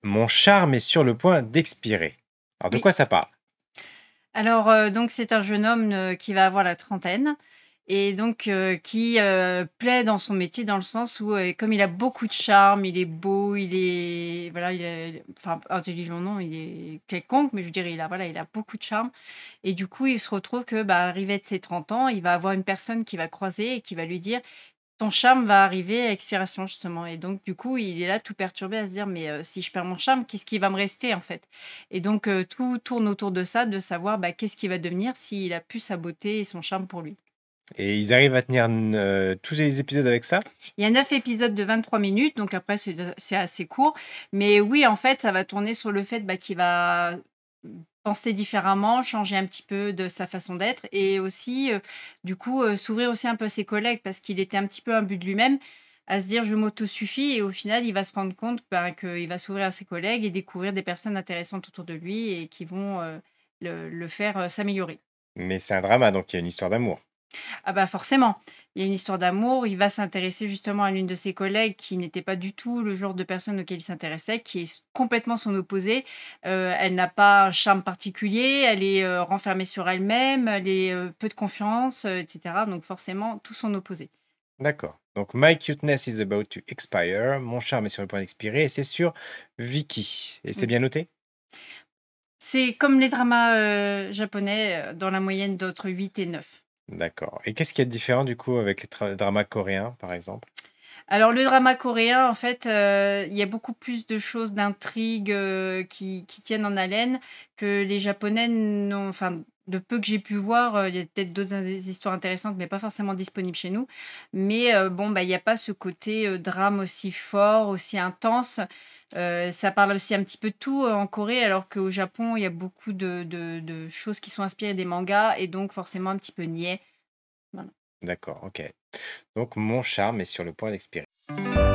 Mon charme est sur le point d'expirer. Alors, de Oui. quoi ça parle? Alors, donc c'est un jeune homme, qui va avoir la trentaine et donc qui, plaît dans son métier dans le sens où, comme il a beaucoup de charme, il est beau, il est voilà, il est enfin intelligent non, il est quelconque, mais je veux dire il a beaucoup de charme et du coup, il se retrouve que, bah, arrivé de ses 30 ans, il va avoir une personne qu'il va croiser et qui va lui dire: «Ton charme va arriver à expiration», justement et donc du coup, il est là tout perturbé à se dire: «Mais si je perds mon charme, qu'est-ce qui va me rester, en fait?» et donc tout tourne autour de ça, de savoir, bah, qu'est-ce qu'il va devenir s'il a plus sa beauté et son charme pour lui. Et ils arrivent à tenir tous les épisodes avec ça? Il y a 9 épisodes de 23 minutes, donc après c'est assez court. Mais oui, en fait, ça va tourner sur le fait, bah, qu'il va, penser différemment, changer un petit peu de sa façon d'être et aussi, du coup, s'ouvrir aussi un peu à ses collègues parce qu'il était un petit peu imbu de lui-même, à se dire: «Je m'autosuffis» et au final, il va se rendre compte, bah, qu'il va s'ouvrir à ses collègues et découvrir des personnes intéressantes autour de lui et qui vont, le faire, s'améliorer. Mais c'est un drama, donc il y a une histoire d'amour. Ah bah forcément, il y a une histoire d'amour, il va s'intéresser justement à l'une de ses collègues qui n'était pas du tout le genre de personne auquel il s'intéressait, qui est complètement son opposé. Elle n'a pas un charme particulier, elle est renfermée sur elle-même, elle est peu de confiance, etc. Donc forcément, tout son opposé. D'accord. Donc, My cuteness is about to expire. Mon charme est sur le point d'expirer. Et c'est sur Viki. Et c'est Oui. bien noté? C'est comme les dramas japonais, dans la moyenne d'entre 8 et 9. D'accord. Et qu'est-ce qu'il y a de différent, du coup, avec les dramas coréens, par exemple? Alors le drama coréen, en fait, il y a beaucoup plus de choses, d'intrigues, qui tiennent en haleine que les japonais n'ont enfin, de peu que j'ai pu voir, il y a peut-être d'autres histoires intéressantes, mais pas forcément disponibles chez nous. Mais, bon, bah, il y a pas ce côté, drame aussi fort, aussi intense. Ça parle aussi un petit peu de tout, en Corée, alors qu'au Japon, il y a beaucoup de choses qui sont inspirées des mangas et donc forcément un petit peu niais. Voilà. D'accord, ok. Donc, mon charme est sur le point d'expirer.